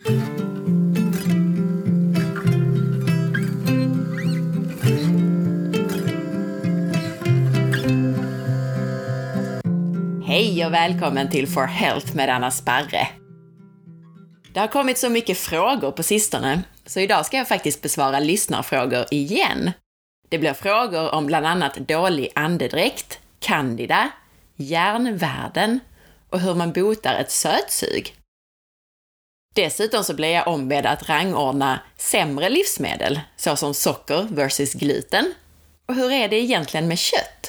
Hej och välkommen till For Health med Anna Sparre. Det har kommit så mycket frågor på sistone, så idag ska jag faktiskt besvara lyssnarfrågor igen. Det blir frågor om bland annat dålig andedräkt, candida, järnvärden och hur man botar ett sötsug. Dessutom så blir jag ombedd att rangordna sämre livsmedel, såsom socker versus gluten. Och hur är det egentligen med kött?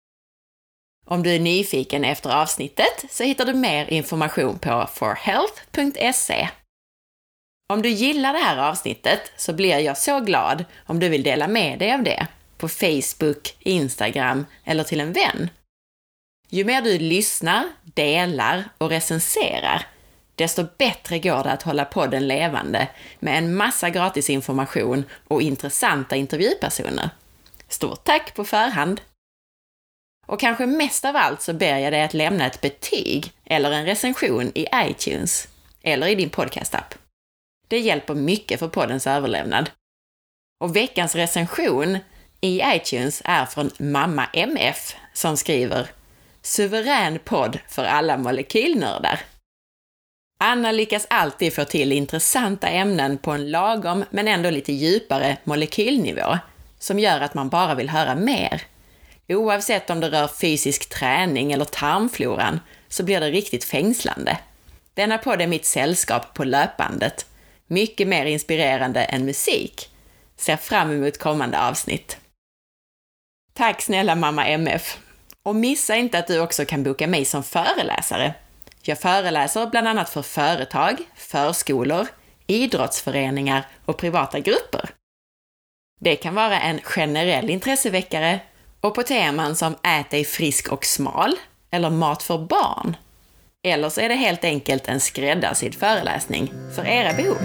Om du är nyfiken efter avsnittet så hittar du mer information på forhealth.se. Om du gillar det här avsnittet så blir jag så glad om du vill dela med dig av det på Facebook, Instagram eller till en vän. Ju mer du lyssnar, delar och recenserar, desto bättre går det att hålla podden levande med en massa gratis information och intressanta intervjupersoner. Stort tack på förhand! Och kanske mest av allt så ber jag dig att lämna ett betyg eller en recension i iTunes eller i din podcastapp. Det hjälper mycket för poddens överlevnad. Och veckans recension i iTunes är från Mamma MF som skriver: suverän podd för alla molekylnördar. Anna lyckas alltid få till intressanta ämnen på en lagom men ändå lite djupare molekylnivå som gör att man bara vill höra mer. Oavsett om det rör fysisk träning eller tarmfloran så blir det riktigt fängslande. Denna podd är mitt sällskap på löpbandet. Mycket mer inspirerande än musik. Ser fram emot kommande avsnitt. Tack snälla Mamma MF. Och missa inte att du också kan boka mig som föreläsare. Jag föreläser bland annat för företag, förskolor, idrottsföreningar och privata grupper. Det kan vara en generell intresseväckare och på teman som ät dig frisk och smal eller mat för barn. Eller så är det helt enkelt en skräddarsydd föreläsning för era behov.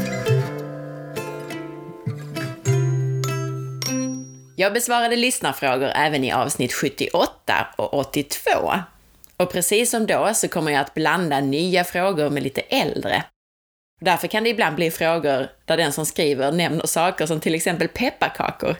Jag besvarade lyssnarfrågor även i avsnitt 78 och 82. Och precis som då så kommer jag att blanda nya frågor med lite äldre. Därför kan det ibland bli frågor där den som skriver nämner saker som till exempel pepparkakor.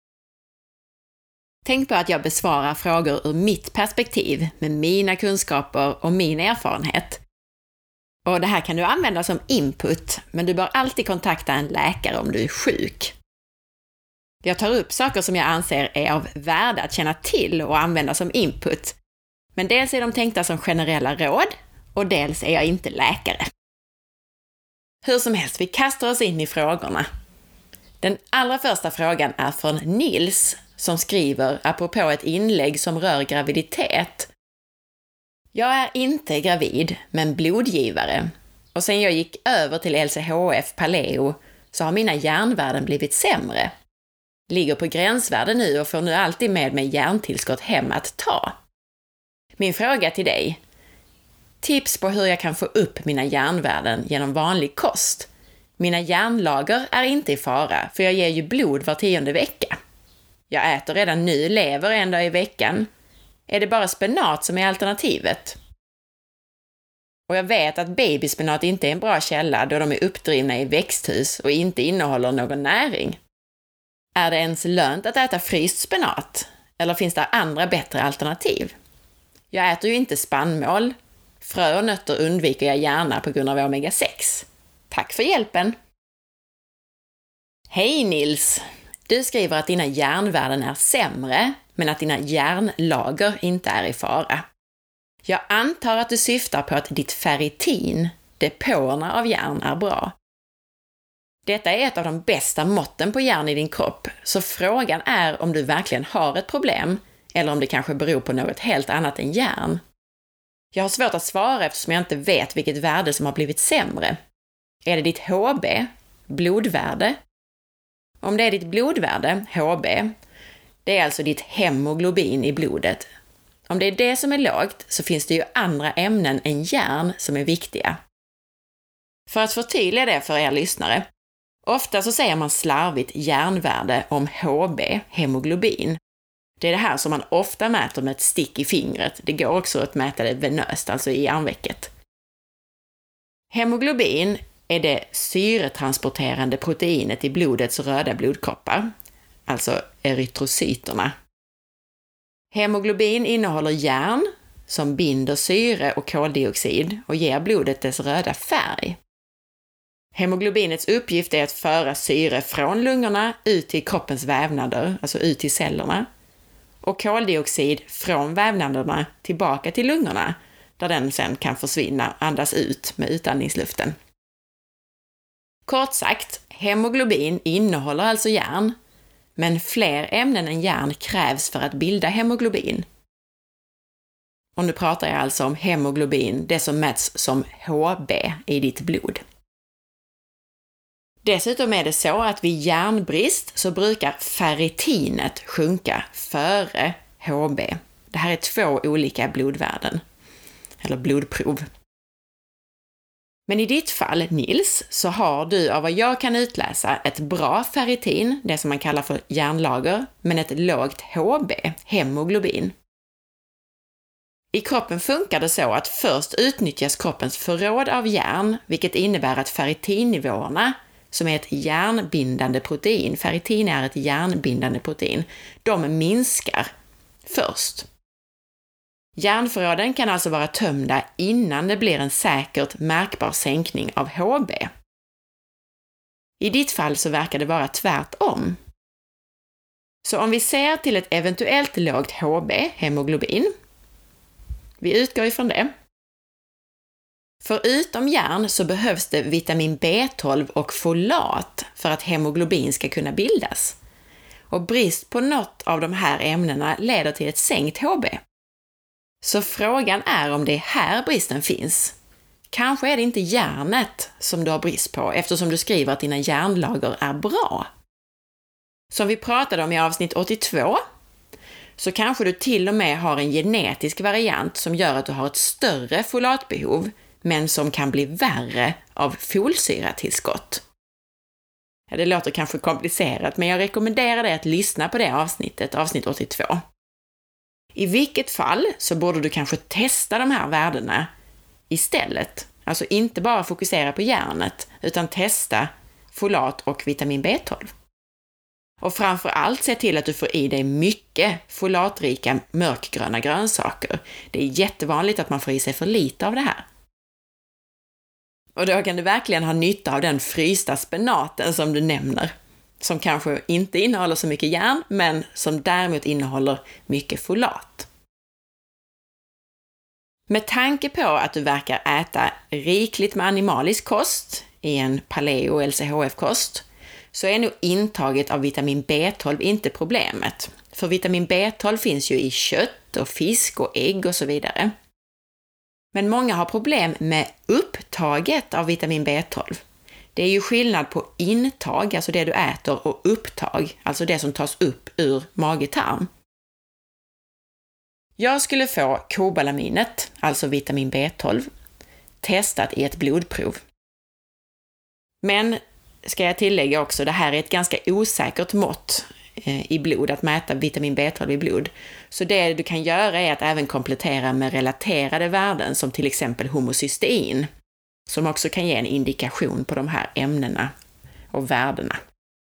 Tänk på att jag besvarar frågor ur mitt perspektiv med mina kunskaper och min erfarenhet. Och det här kan du använda som input, men du bör alltid kontakta en läkare om du är sjuk. Jag tar upp saker som jag anser är av värde att känna till och använda som input. Men dels är de tänkta som generella råd och dels är jag inte läkare. Hur som helst, vi kastar oss in i frågorna. Den allra första frågan är från Nils som skriver apropå ett inlägg som rör graviditet. Jag är inte gravid, men blodgivare. Och sen jag gick över till LCHF Paleo så har mina järnvärden blivit sämre. Ligger på gränsvärde nu och får nu alltid med mig järntillskott hem att ta. Min fråga till dig. Tips på hur jag kan få upp mina järnvärden genom vanlig kost. Mina järnlager är inte i fara för jag ger ju blod var 10:e vecka. Jag äter redan nu lever en dag i veckan. Är det bara spenat som är alternativet? Och jag vet att babyspenat inte är en bra källa då de är uppdrivna i växthus och inte innehåller någon näring. Är det ens lönt att äta fryst spenat? Eller finns det andra bättre alternativ? Jag äter ju inte spannmål. Frö och nötter undviker jag gärna på grund av omega-6. Tack för hjälpen! Hej Nils! Du skriver att dina järnvärden är sämre, men att dina järnlager inte är i fara. Jag antar att du syftar på att ditt ferritin, depåerna av järn, är bra. Detta är ett av de bästa måtten på järn i din kropp, så frågan är om du verkligen har ett problem, eller om det kanske beror på något helt annat än järn. Jag har svårt att svara eftersom jag inte vet vilket värde som har blivit sämre. Är det ditt HB, blodvärde? Om det är ditt blodvärde, HB, det är alltså ditt hemoglobin i blodet. Om det är det som är lågt så finns det ju andra ämnen än järn som är viktiga. För att förtydliga det för er lyssnare. Ofta så säger man slarvigt järnvärde om HB, hemoglobin. Det är det här som man ofta mäter med ett stick i fingret. Det går också att mäta det venöst, alltså i armvecket. Hemoglobin är det syretransporterande proteinet i blodets röda blodkroppar, alltså erytrocyterna. Hemoglobin innehåller järn som binder syre och koldioxid och ger blodet dess röda färg. Hemoglobinets uppgift är att föra syre från lungorna ut till kroppens vävnader, alltså ut till cellerna, och koldioxid från vävnaderna tillbaka till lungorna, där den sen kan försvinna, andas ut med utandningsluften. Kort sagt, hemoglobin innehåller alltså järn, men fler ämnen än järn krävs för att bilda hemoglobin. Och nu pratar jag alltså om hemoglobin, det som mäts som HB i ditt blod. Dessutom är det så att vid järnbrist så brukar ferritinet sjunka före HB. Det här är 2 olika blodvärden, eller blodprov. Men i ditt fall, Nils, så har du av vad jag kan utläsa ett bra ferritin, det som man kallar för järnlager, men ett lågt HB, hemoglobin. I kroppen funkar det så att först utnyttjas kroppens förråd av järn, vilket innebär att ferritinnivåerna, som är ett järnbindande protein, ferritin är ett järnbindande protein, de minskar först. Järnförråden kan alltså vara tömda innan det blir en säkert märkbar sänkning av HB. I ditt fall så verkar det vara tvärtom. Så om vi ser till ett eventuellt lågt HB, hemoglobin, vi utgår ifrån det. Förutom järn så behövs det vitamin B12 och folat för att hemoglobin ska kunna bildas. Och brist på något av de här ämnena leder till ett sänkt HB. Så frågan är om det är här bristen finns. Kanske är det inte järnet som du har brist på eftersom du skriver att dina järnlager är bra. Som vi pratade om i avsnitt 82 så kanske du till och med har en genetisk variant som gör att du har ett större folatbehov men som kan bli värre av folsyratillskott. Ja, det låter kanske komplicerat men jag rekommenderar dig att lyssna på det avsnittet, avsnitt 82. I vilket fall så borde du kanske testa de här värdena istället. Alltså inte bara fokusera på järnet utan testa folat och vitamin B12. Och framför allt se till att du får i dig mycket folatrika mörkgröna grönsaker. Det är jättevanligt att man får i sig för lite av det här. Och då kan du verkligen ha nytta av den frysta spenaten som du nämner. Som kanske inte innehåller så mycket järn, men som däremot innehåller mycket folat. Med tanke på att du verkar äta rikligt med animalisk kost i en paleo- eller LCHF-kost, så är nog intaget av vitamin B12 inte problemet. För vitamin B12 finns ju i kött och fisk och ägg och så vidare. Men många har problem med upptaget av vitamin B12. Det är ju skillnad på intag, alltså det du äter, och upptag, alltså det som tas upp ur mage-tarm. Jag skulle få kobalaminet, alltså vitamin B12, testat i ett blodprov. Men, ska jag tillägga också, det här är ett ganska osäkert mått i blod, att mäta vitamin B12 i blod. Så det du kan göra är att även komplettera med relaterade värden som till exempel homocystein, som också kan ge en indikation på de här ämnena och värdena.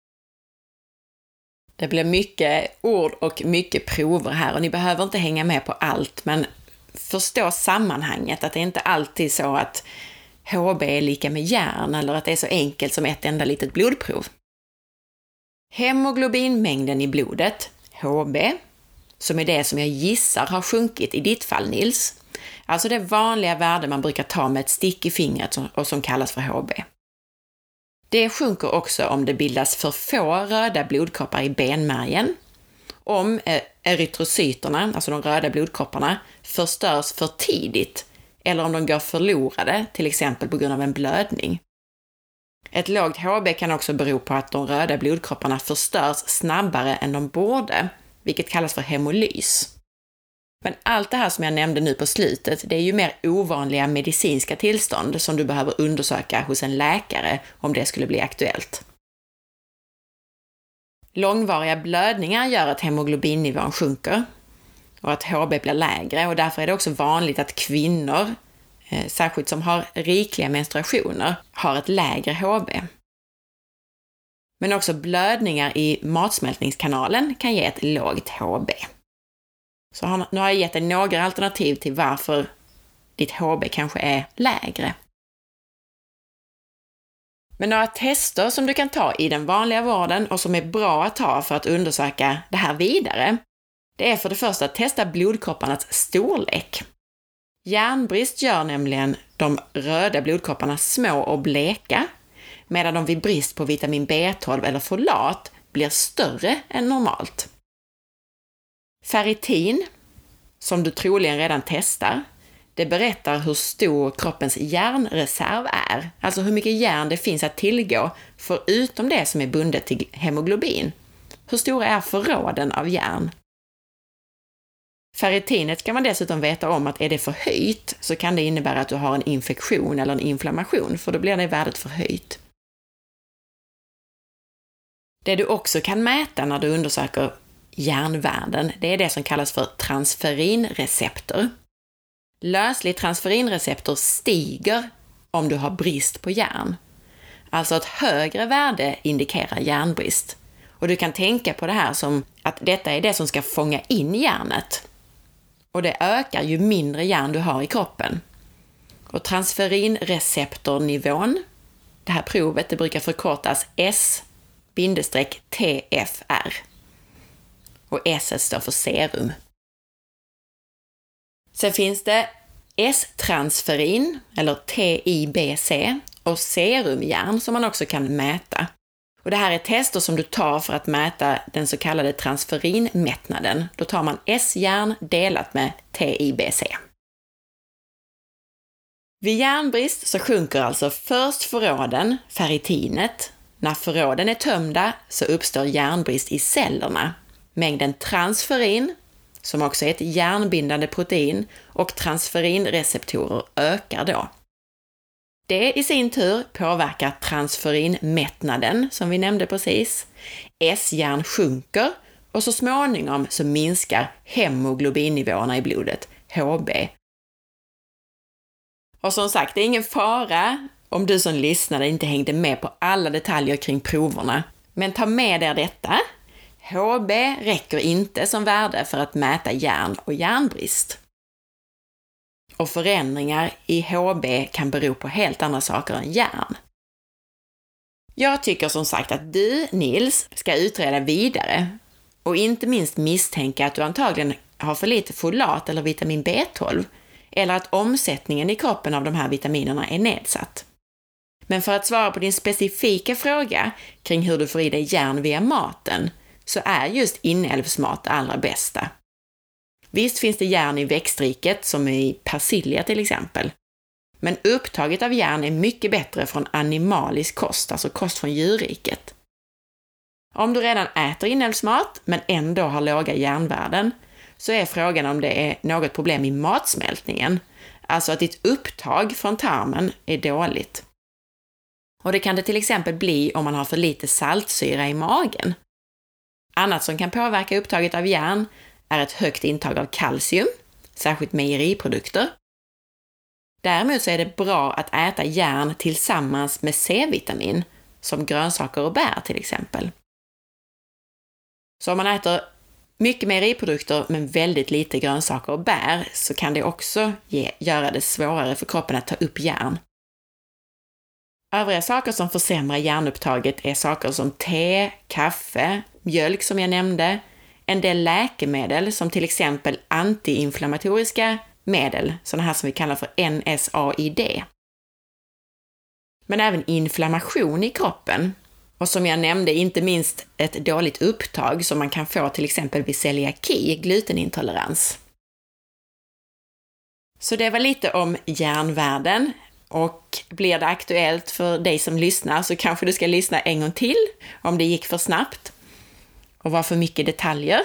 Det blir mycket ord och mycket prover här och ni behöver inte hänga med på allt, men förstå sammanhanget, att det inte alltid är så att HB är lika med järn eller att det är så enkelt som ett enda litet blodprov. Hemoglobinmängden i blodet, HB, som är det som jag gissar har sjunkit i ditt fall, Nils, alltså det vanliga värde man brukar ta med ett stick i fingret och som kallas för HB. Det sjunker också om det bildas för få röda blodkroppar i benmärgen, om erytrocyterna, alltså de röda blodkropparna, förstörs för tidigt eller om de går förlorade, till exempel på grund av en blödning. Ett lågt HB kan också bero på att de röda blodkropparna förstörs snabbare än de borde, vilket kallas för hemolys. Men allt det här som jag nämnde nu på slutet, det är ju mer ovanliga medicinska tillstånd som du behöver undersöka hos en läkare om det skulle bli aktuellt. Långvariga blödningar gör att hemoglobinnivån sjunker och att HB blir lägre, och därför är det också vanligt att kvinnor särskilt som har rikliga menstruationer, har ett lägre HB. Men också blödningar i matsmältningskanalen kan ge ett lågt HB. Så nu har jag gett dig några alternativ till varför ditt HB kanske är lägre. Men några tester som du kan ta i den vanliga vården och som är bra att ta för att undersöka det här vidare, det är för det första att testa blodkropparnas storlek. Järnbrist gör nämligen de röda blodkropparna små och bleka, medan de vid brist på vitamin B12 eller folat blir större än normalt. Ferritin, som du troligen redan testar, det berättar hur stor kroppens järnreserv är, alltså hur mycket järn det finns att tillgå förutom det som är bundet till hemoglobin. Hur stora är förråden av järn? Ferritinet kan man dessutom veta om att är det förhöjt så kan det innebära att du har en infektion eller en inflammation, för då blir det värdet förhöjt. Det du också kan mäta när du undersöker järnvärden, det är det som kallas för transferinreceptor. Löslig transferinreceptor stiger om du har brist på järn. Alltså ett högre värde indikerar järnbrist. Och du kan tänka på det här som att detta är det som ska fånga in järnet. Och det ökar ju mindre järn du har i kroppen. Och transferinreceptornivån, det här provet, det brukar förkortas S-TFR. Och S står för serum. Sen finns det S-transferin, eller TIBC, och serumjärn som man också kan mäta. Och det här är tester som du tar för att mäta den så kallade transferinmättnaden. Då tar man S-järn delat med TIBC. Vid järnbrist så sjunker alltså först förråden, ferritinet. När förråden är tömda så uppstår järnbrist i cellerna. Mängden transferin, som också är ett järnbindande protein, och transferinreceptorer ökar då. Det i sin tur påverkar transferinmättnaden, som vi nämnde precis. S-järn sjunker och så småningom så minskar hemoglobinnivåerna i blodet, HB. Och som sagt, det är ingen fara om du som lyssnade inte hängde med på alla detaljer kring proverna. Men ta med er detta. HB räcker inte som värde för att mäta järn och järnbrist. Och förändringar i HB kan bero på helt andra saker än järn. Jag tycker som sagt att du, Nils, ska utreda vidare och inte minst misstänka att du antagligen har för lite folat eller vitamin B12 eller att omsättningen i kroppen av de här vitaminerna är nedsatt. Men för att svara på din specifika fråga kring hur du får i dig järn via maten så är just inälvsmat det allra bästa. Visst finns det järn i växtriket som i persilja till exempel. Men upptaget av järn är mycket bättre från animalisk kost, alltså kost från djurriket. Om du redan äter inälvsmat men ändå har låga järnvärden så är frågan om det är något problem i matsmältningen, alltså att ditt upptag från tarmen är dåligt. Och det kan det till exempel bli om man har för lite saltsyra i magen. Annat som kan påverka upptaget av järn är ett högt intag av kalcium, särskilt mejeriprodukter. Däremot så är det bra att äta järn tillsammans med C-vitamin, som grönsaker och bär till exempel. Så om man äter mycket mejeriprodukter men väldigt lite grönsaker och bär så kan det också göra det svårare för kroppen att ta upp järn. Övriga saker som försämrar järnupptaget är saker som te, kaffe, mjölk som jag nämnde, en del läkemedel som till exempel antiinflammatoriska medel, sådana här som vi kallar för NSAID. Men även inflammation i kroppen och som jag nämnde inte minst ett dåligt upptag som man kan få till exempel vid celiaki, glutenintolerans. Så det var lite om järnvärden. Och blir det aktuellt för dig som lyssnar så kanske du ska lyssna en gång till om det gick för snabbt och var för mycket detaljer.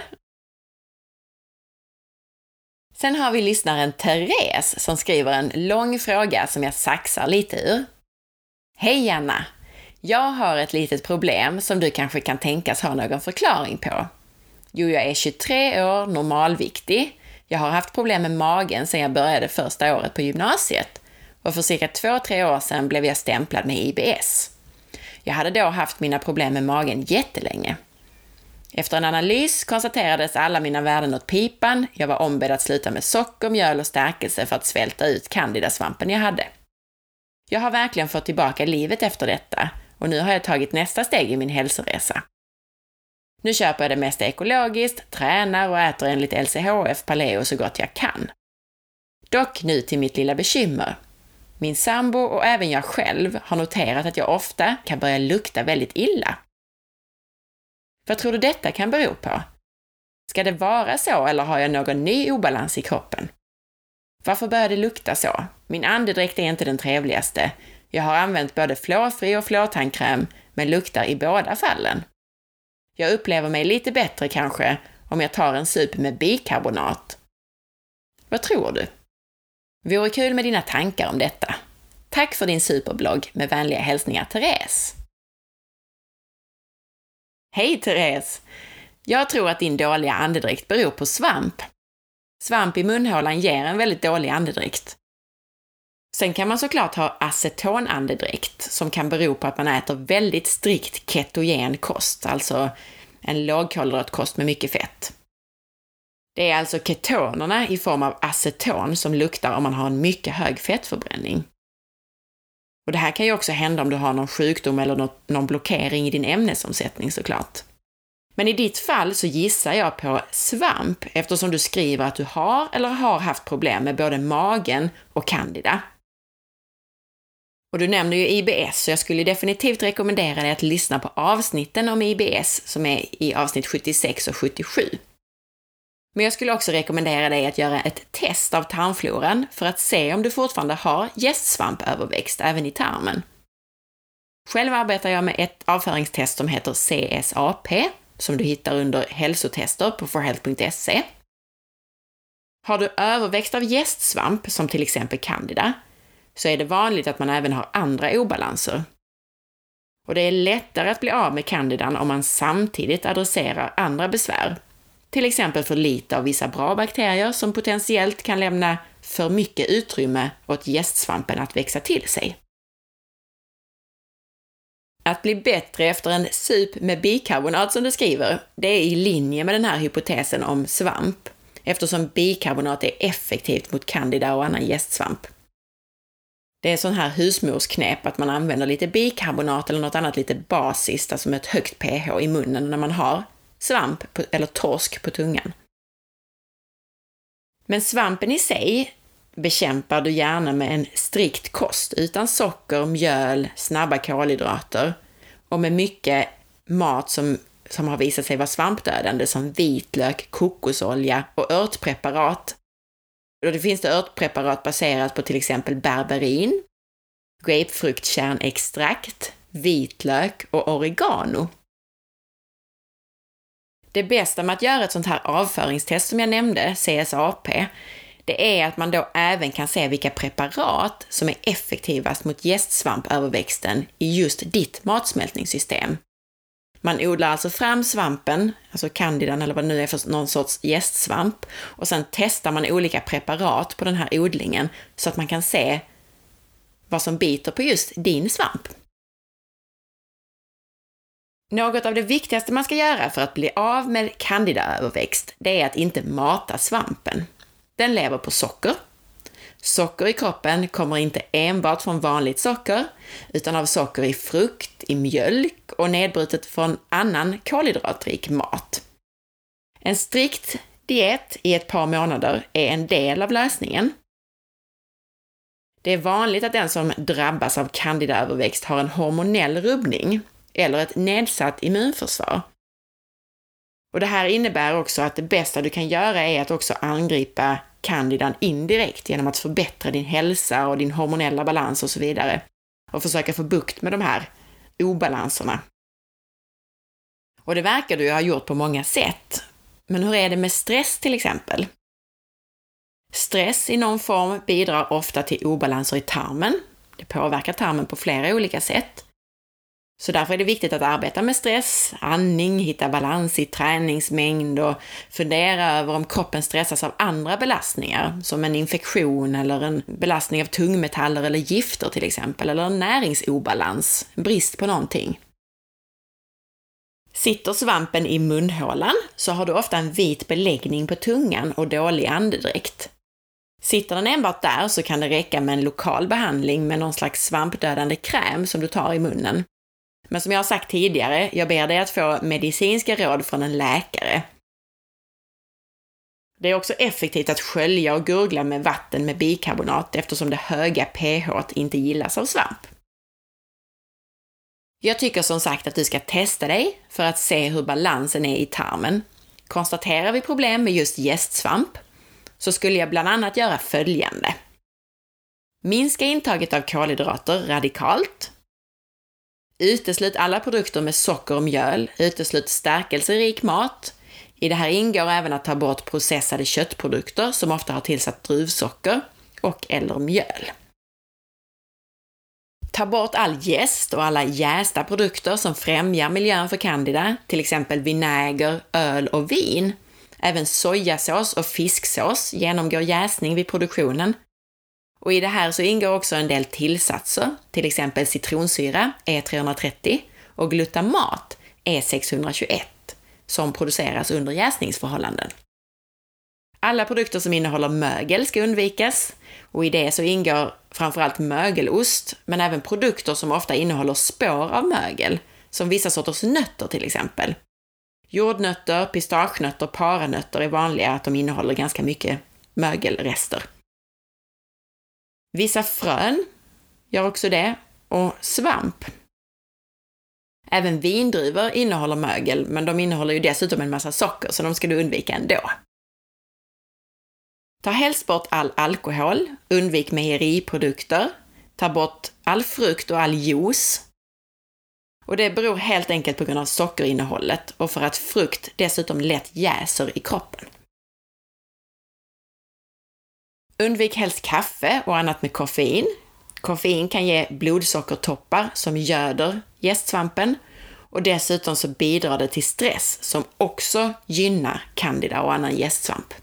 Sen har vi lyssnaren Therese som skriver en lång fråga som jag saxar lite ur. Hej Anna! Jag har ett litet problem som du kanske kan tänkas ha någon förklaring på. Jo, jag är 23 år, normalviktig. Jag har haft problem med magen sedan jag började första året på gymnasiet. och för cirka 2-3 år sedan blev jag stämplad med IBS. Jag hade då haft mina problem med magen jättelänge. Efter en analys konstaterades alla mina värden åt pipan. Jag var ombedd att sluta med socker, mjöl och stärkelse för att svälta ut candidasvampen jag hade. Jag har verkligen fått tillbaka livet efter detta och nu har jag tagit nästa steg i min hälsoresa. Nu köper jag det mesta ekologiskt, tränar och äter enligt LCHF paleo så gott jag kan. Dock nu till mitt lilla bekymmer. Min sambo och även jag själv har noterat att jag ofta kan börja lukta väldigt illa. Vad tror du detta kan bero på? Ska det vara så eller har jag någon ny obalans i kroppen? Varför börjar det lukta så? Min andedräkt är inte den trevligaste. Jag har använt både fluorfri och fluortandkräm men luktar i båda fallen. Jag upplever mig lite bättre kanske om jag tar en sup med bikarbonat. Vad tror du? Vore kul med dina tankar om detta. Tack för din superblogg med vänliga hälsningar Therese. Hej Therese! Jag tror att din dåliga andedräkt beror på svamp. Svamp i munhålan ger en väldigt dålig andedräkt. Sen kan man såklart ha acetonandedräkt som kan bero på att man äter väldigt strikt ketogen kost, alltså en lågkolhydratkost med mycket fett. Det är alltså ketonerna i form av aceton som luktar om man har en mycket hög fettförbränning. Och det här kan ju också hända om du har någon sjukdom eller någon blockering i din ämnesomsättning såklart. Men i ditt fall så gissar jag på svamp eftersom du skriver att du har eller har haft problem med både magen och candida. Och du nämner ju IBS så jag skulle definitivt rekommendera dig att lyssna på avsnitten om IBS som är i avsnitt 76 och 77. Men jag skulle också rekommendera dig att göra ett test av tarmfloran för att se om du fortfarande har jästsvampöverväxt även i tarmen. Själv arbetar jag med ett avföringstest som heter CSAP som du hittar under hälsotester på forhealth.se. Har du överväxt av jästsvamp som till exempel candida så är det vanligt att man även har andra obalanser. Och det är lättare att bli av med candidan om man samtidigt adresserar andra besvär. Till exempel för lite av vissa bra bakterier som potentiellt kan lämna för mycket utrymme åt jästsvampen att växa till sig. Att bli bättre efter en sup med bikarbonat som du skriver, det är i linje med den här hypotesen om svamp, eftersom bikarbonat är effektivt mot candida och annan jästsvamp. Det är sån här husmorsknep att man använder lite bikarbonat eller något annat lite basiskt, alltså med ett högt pH i munnen när man har svamp eller torsk på tungan. Men svampen i sig bekämpar du gärna med en strikt kost utan socker, mjöl, snabba kolhydrater och med mycket mat som har visat sig vara svampdödande som vitlök, kokosolja och örtpreparat. Och det finns det örtpreparat baserat på till exempel berberin, grapefruktkärnextrakt, vitlök och oregano. Det bästa med att göra ett sånt här avföringstest som jag nämnde, CSAP, det är att man då även kan se vilka preparat som är effektivast mot jästsvampöverväxten i just ditt matsmältningssystem. Man odlar alltså fram svampen, alltså candidan eller vad det nu är för någon sorts jästsvamp, och sen testar man olika preparat på den här odlingen så att man kan se vad som biter på just din svamp. Något av det viktigaste man ska göra för att bli av med candidaöverväxt, det är att inte mata svampen. Den lever på socker. Socker i kroppen kommer inte enbart från vanligt socker, utan av socker i frukt, i mjölk och nedbrutet från annan kolhydratrik mat. En strikt diet i ett par månader är en del av lösningen. Det är vanligt att den som drabbas av candidaöverväxt har en hormonell rubbning eller ett nedsatt immunförsvar. Och det här innebär också att det bästa du kan göra är att också angripa candidan indirekt genom att förbättra din hälsa och din hormonella balans och så vidare och försöka få bukt med de här obalanserna. Och det verkar du ha gjort på många sätt. Men hur är det med stress till exempel? Stress i någon form bidrar ofta till obalanser i tarmen. Det påverkar tarmen på flera olika sätt. Så därför är det viktigt att arbeta med stress, andning, hitta balans i träningsmängd och fundera över om kroppen stressas av andra belastningar, som en infektion eller en belastning av tungmetaller eller gifter till exempel, eller en näringsobalans, brist på någonting. Sitter svampen i munhålan så har du ofta en vit beläggning på tungan och dålig andedräkt. Sitter den enbart där så kan det räcka med en lokal behandling med någon slags svampdödande kräm som du tar i munnen. Men som jag har sagt tidigare, jag ber dig att få medicinska råd från en läkare. Det är också effektivt att skölja och gurgla med vatten med bikarbonat eftersom det höga pH inte gillas av svamp. Jag tycker som sagt att du ska testa dig för att se hur balansen är i tarmen. Konstaterar vi problem med just jästsvamp så skulle jag bland annat göra följande. Minska intaget av kolhydrater radikalt. Uteslut alla produkter med socker och mjöl. Uteslut stärkelserik mat. I det här ingår även att ta bort processade köttprodukter som ofta har tillsatt druvsocker och eller mjöl. Ta bort all jäst och alla jästa produkter som främjar miljön för candida, till exempel vinäger, öl och vin. Även sojasås och fisksås genomgår jäsning vid produktionen. Och i det här så ingår också en del tillsatser, till exempel citronsyra, E330, och glutamat, E621, som produceras under jäsningsförhållanden. Alla produkter som innehåller mögel ska undvikas, och i det så ingår framförallt mögelost, men även produkter som ofta innehåller spår av mögel, som vissa sorters nötter till exempel. Jordnötter, pistagenötter, paranötter är vanliga att de innehåller ganska mycket mögelrester. Vissa frön gör också det, och svamp. Även vindruvor innehåller mögel, men de innehåller ju dessutom en massa socker, så de ska du undvika ändå. Ta helst bort all alkohol, undvik mejeriprodukter, ta bort all frukt och all juice. Och det beror helt enkelt på grund av sockerinnehållet och för att frukt dessutom lätt jäser i kroppen. Undvik helst kaffe och annat med koffein. Koffein kan ge blodsockertoppar som göder jästsvampen och dessutom så bidrar det till stress som också gynnar candida och annan jästsvamp.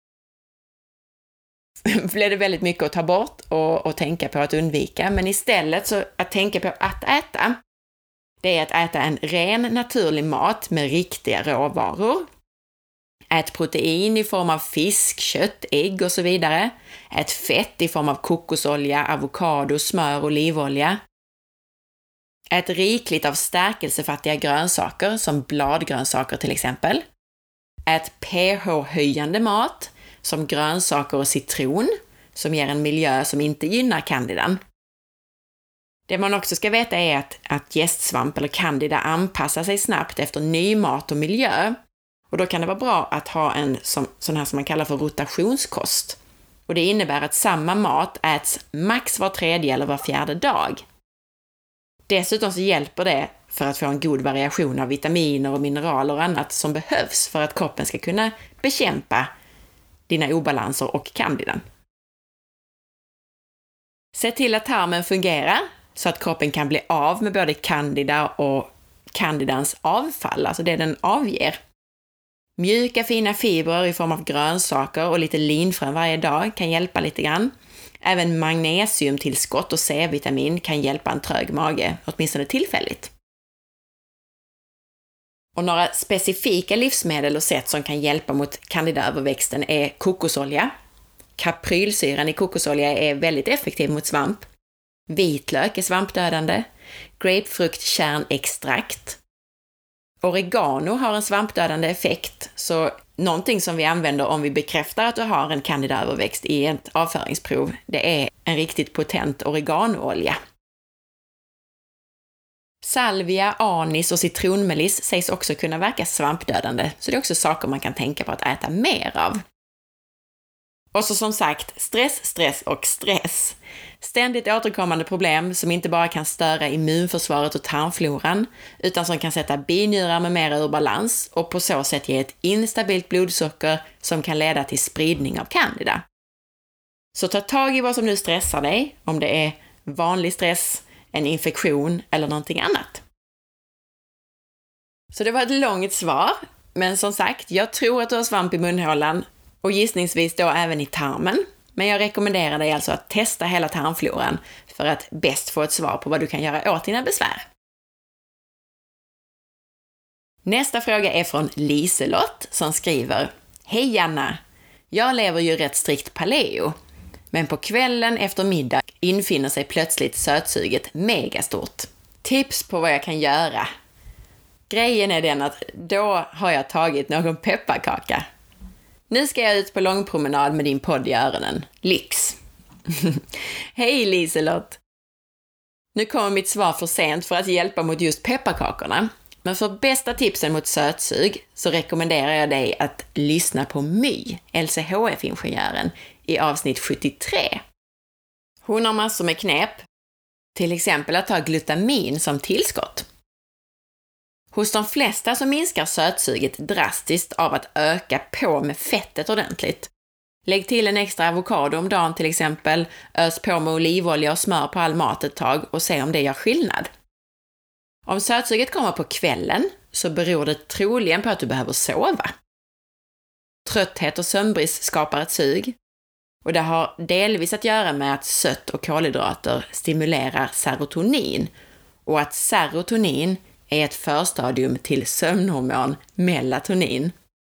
Blir det väldigt mycket att ta bort och tänka på att undvika, men istället så att tänka på att äta, det är att äta en ren naturlig mat med riktiga råvaror. Ät protein i form av fisk, kött, ägg och så vidare. Ät fett i form av kokosolja, avokado, smör, olivolja. Ät rikligt av stärkelsefattiga grönsaker som bladgrönsaker till exempel. Ät pH-höjande mat som grönsaker och citron som ger en miljö som inte gynnar candidan. Det man också ska veta är att jästsvamp eller candida anpassar sig snabbt efter ny mat och miljö. Och då kan det vara bra att ha en sån här som man kallar för rotationskost. Och det innebär att samma mat äts max var tredje eller var fjärde dag. Dessutom så hjälper det för att få en god variation av vitaminer och mineraler och annat som behövs för att kroppen ska kunna bekämpa dina obalanser och candidan. Se till att tarmen fungerar så att kroppen kan bli av med både candida och candidans avfall, alltså det den avger. Mjuka fina fibrer i form av grönsaker och lite linfrön varje dag kan hjälpa lite grann. Även magnesiumtillskott och C-vitamin kan hjälpa en trög mage, åtminstone tillfälligt. Och några specifika livsmedel och sätt som kan hjälpa mot candidaöverväxten är kokosolja. Kaprylsyran i kokosolja är väldigt effektiv mot svamp. Vitlök är svampdödande. Grapefruktkärnextrakt. Oregano har en svampdödande effekt, så någonting som vi använder om vi bekräftar att du har en candidaöverväxt i ett avföringsprov, det är en riktigt potent oreganoolja. Salvia, anis och citronmeliss sägs också kunna verka svampdödande, så det är också saker man kan tänka på att äta mer av. Och så som sagt, stress och stress. Ständigt återkommande problem som inte bara kan störa immunförsvaret och tarmfloran, utan som kan sätta binjurar med mera ur balans och på så sätt ge ett instabilt blodsocker som kan leda till spridning av candida. Så ta tag i vad som nu stressar dig, om det är vanlig stress, en infektion eller någonting annat. Så det var ett långt svar, men som sagt, jag tror att du har svamp i munhålan och gissningsvis då även i tarmen. Men jag rekommenderar dig alltså att testa hela tarmfloran för att bäst få ett svar på vad du kan göra åt dina besvär. Nästa fråga är från Liselott som skriver: Hej Anna! Jag lever ju rätt strikt paleo, men på kvällen efter middag infinner sig plötsligt sötsuget megastort. Tips på vad jag kan göra? Grejen är den att då har jag tagit någon pepparkaka. Nu ska jag ut på långpromenad med din podd i öronen. Lyx! Hej Liselott! Nu kommer mitt svar för sent för att hjälpa mot just pepparkakorna. Men för bästa tipsen mot sötsug så rekommenderar jag dig att lyssna på My, LCHF-ingenjören, i avsnitt 73. Hon har massor med knep, till exempel att ta glutamin som tillskott. Hos de flesta så minskar sötsuget drastiskt av att öka på med fettet ordentligt. Lägg till en extra avokado om dagen till exempel, ös på med olivolja och smör på all mat ett tag och se om det gör skillnad. Om sötsuget kommer på kvällen så beror det troligen på att du behöver sova. Trötthet och sömnbrist skapar ett sug och det har delvis att göra med att sött och kolhydrater stimulerar serotonin och att serotonin är ett förstadium till sömnhormon melatonin.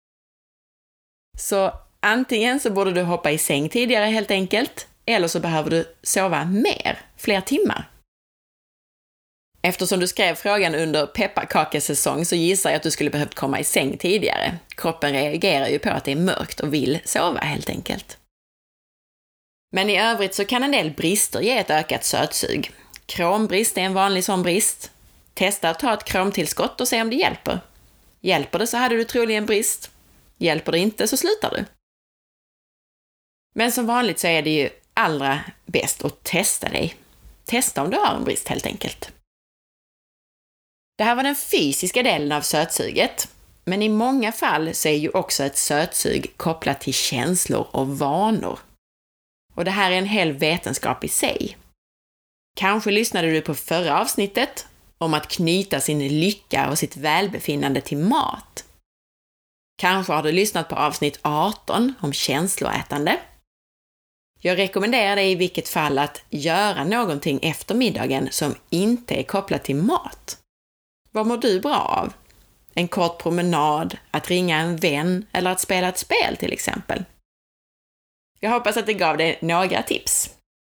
Så antingen så borde du hoppa i säng tidigare helt enkelt, eller så behöver du sova fler timmar. Eftersom du skrev frågan under pepparkakesäsong så gissar jag att du skulle behövt komma i säng tidigare. Kroppen reagerar ju på att det är mörkt och vill sova helt enkelt. Men i övrigt så kan en del brister ge ett ökat sötsug. Krombrist är en vanlig sån brist. Testa att ta ett kromtillskott och se om det hjälper. Hjälper det så hade du troligen brist. Hjälper det inte så slutar du. Men som vanligt så är det ju allra bäst att testa dig. Testa om du har en brist helt enkelt. Det här var den fysiska delen av sötsuget, men i många fall så är ju också ett sötsug kopplat till känslor och vanor. Och det här är en hel vetenskap i sig. Kanske lyssnade du på förra avsnittet om att knyta sin lycka och sitt välbefinnande till mat. Kanske har du lyssnat på avsnitt 18 om känsloätande. Jag rekommenderar dig i vilket fall att göra någonting efter middagen som inte är kopplat till mat. Vad mår du bra av? En kort promenad, att ringa en vän eller att spela ett spel till exempel. Jag hoppas att det gav dig några tips.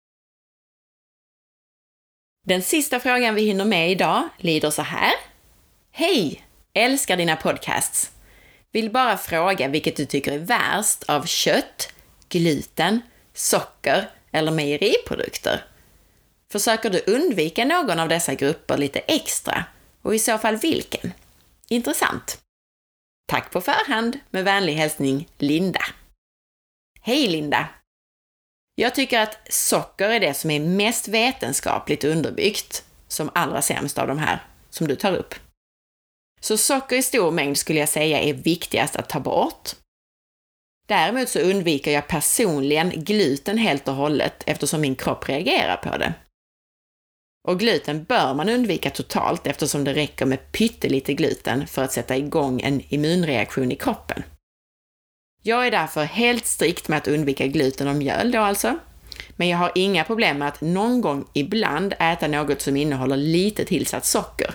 Den sista frågan vi hinner med idag lyder så här. Hej! Älskar dina podcasts. Vill bara fråga vilket du tycker är värst av kött, gluten, socker eller mejeriprodukter. Försöker du undvika någon av dessa grupper lite extra? Och i så fall vilken? Intressant. Tack på förhand, med vänlig hälsning Linda. Hej Linda! Jag tycker att socker är det som är mest vetenskapligt underbyggt, som allra sämst av de här som du tar upp. Så socker i stor mängd skulle jag säga är viktigast att ta bort. Däremot så undviker jag personligen gluten helt och hållet eftersom min kropp reagerar på det. Och gluten bör man undvika totalt eftersom det räcker med pyttelite gluten för att sätta igång en immunreaktion i kroppen. Jag är därför helt strikt med att undvika gluten och mjöl då alltså. Men jag har inga problem med att någon gång ibland äta något som innehåller lite tillsatt socker.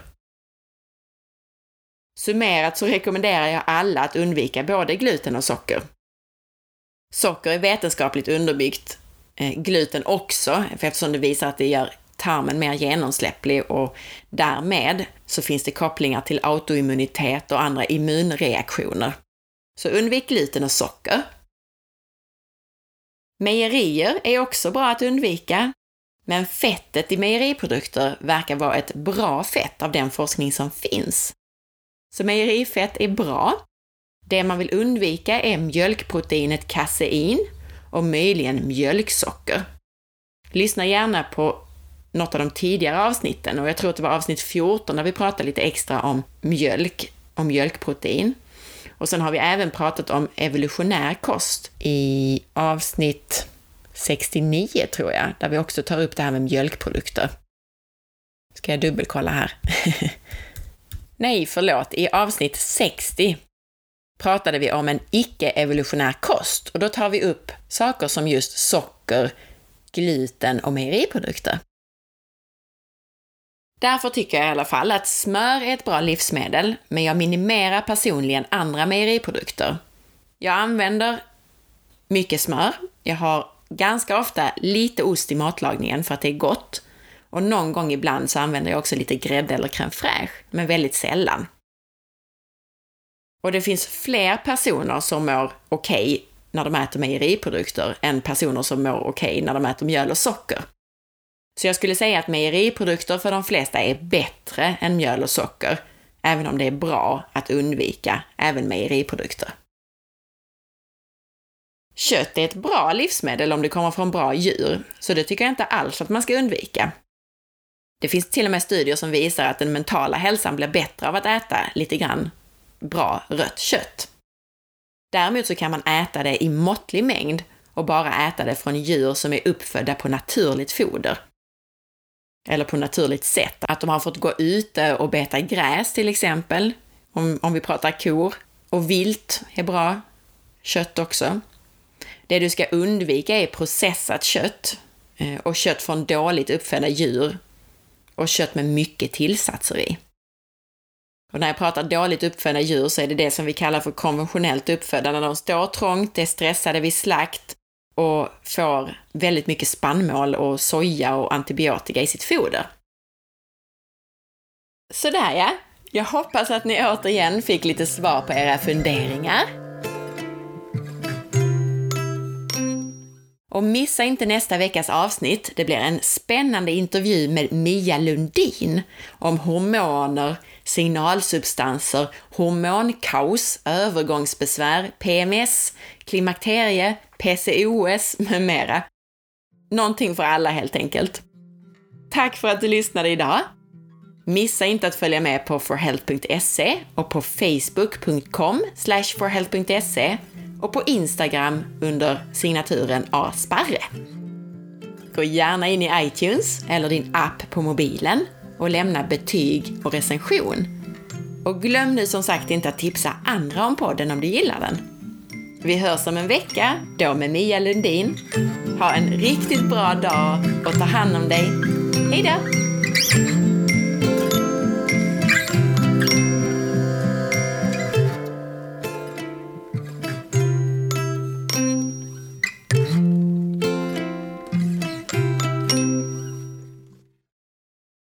Summerat så rekommenderar jag alla att undvika både gluten och socker. Socker är vetenskapligt underbyggt, gluten också, eftersom det visar att det gör tarmen mer genomsläpplig och därmed så finns det kopplingar till autoimmunitet och andra immunreaktioner. Så undvik gluten och socker. Mejerier är också bra att undvika, men fettet i mejeriprodukter verkar vara ett bra fett av den forskning som finns. Så mejerifett är bra. Det man vill undvika är mjölkproteinet kasein och möjligen mjölksocker. Lyssna gärna på något av de tidigare avsnitten och jag tror att det var avsnitt 14 där vi pratade lite extra om mjölk och mjölkprotein. Och sen har vi även pratat om evolutionär kost i avsnitt 69 tror jag, där vi också tar upp det här med mjölkprodukter. Ska jag dubbelkolla här. Nej, förlåt, i avsnitt 60 pratade vi om en icke-evolutionär kost och då tar vi upp saker som just socker, gluten och mejeriprodukter. Därför tycker jag i alla fall att smör är ett bra livsmedel, men jag minimerar personligen andra mejeriprodukter. Jag använder mycket smör, jag har ganska ofta lite ost i matlagningen för att det är gott, och någon gång ibland så använder jag också lite grädde eller crème fraîche, men väldigt sällan. Och det finns fler personer som mår okej när de äter mejeriprodukter än personer som mår okej när de äter mjöl och socker. Så jag skulle säga att mejeriprodukter för de flesta är bättre än mjöl och socker, även om det är bra att undvika även mejeriprodukter. Kött är ett bra livsmedel om det kommer från bra djur, så det tycker jag inte alls att man ska undvika. Det finns till och med studier som visar att den mentala hälsan blir bättre av att äta lite grann bra rött kött. Däremot så kan man äta det i måttlig mängd och bara äta det från djur som är uppfödda på naturligt foder. Eller på naturligt sätt. Att de har fått gå ute och beta gräs till exempel, om vi pratar kor. Och vilt är bra. Kött också. Det du ska undvika är processat kött och kött från dåligt uppfödda djur och kött med mycket tillsatser i. Och när jag pratar dåligt uppfödda djur så är det som vi kallar för konventionellt uppfödda, när de står trångt, är stressade vid slakt och får väldigt mycket spannmål och soja och antibiotika i sitt foder. Sådär ja, jag hoppas att ni återigen fick lite svar på era funderingar. Och missa inte nästa veckas avsnitt. Det blir en spännande intervju med Mia Lundin om hormoner, signalsubstanser, hormonkaos, övergångsbesvär, PMS, klimakterie, PCOS med mera. Någonting för alla helt enkelt. Tack för att du lyssnade idag. Missa inte att följa med på forhealth.se och på facebook.com/forhealth.se och på Instagram under signaturen asparre. Gå gärna in i iTunes eller din app på mobilen och lämna betyg och recension. Och glöm nu som sagt inte att tipsa andra om podden om du gillar den. Vi hörs om en vecka, då med Mia Lundin. Ha en riktigt bra dag och ta hand om dig. Hej då!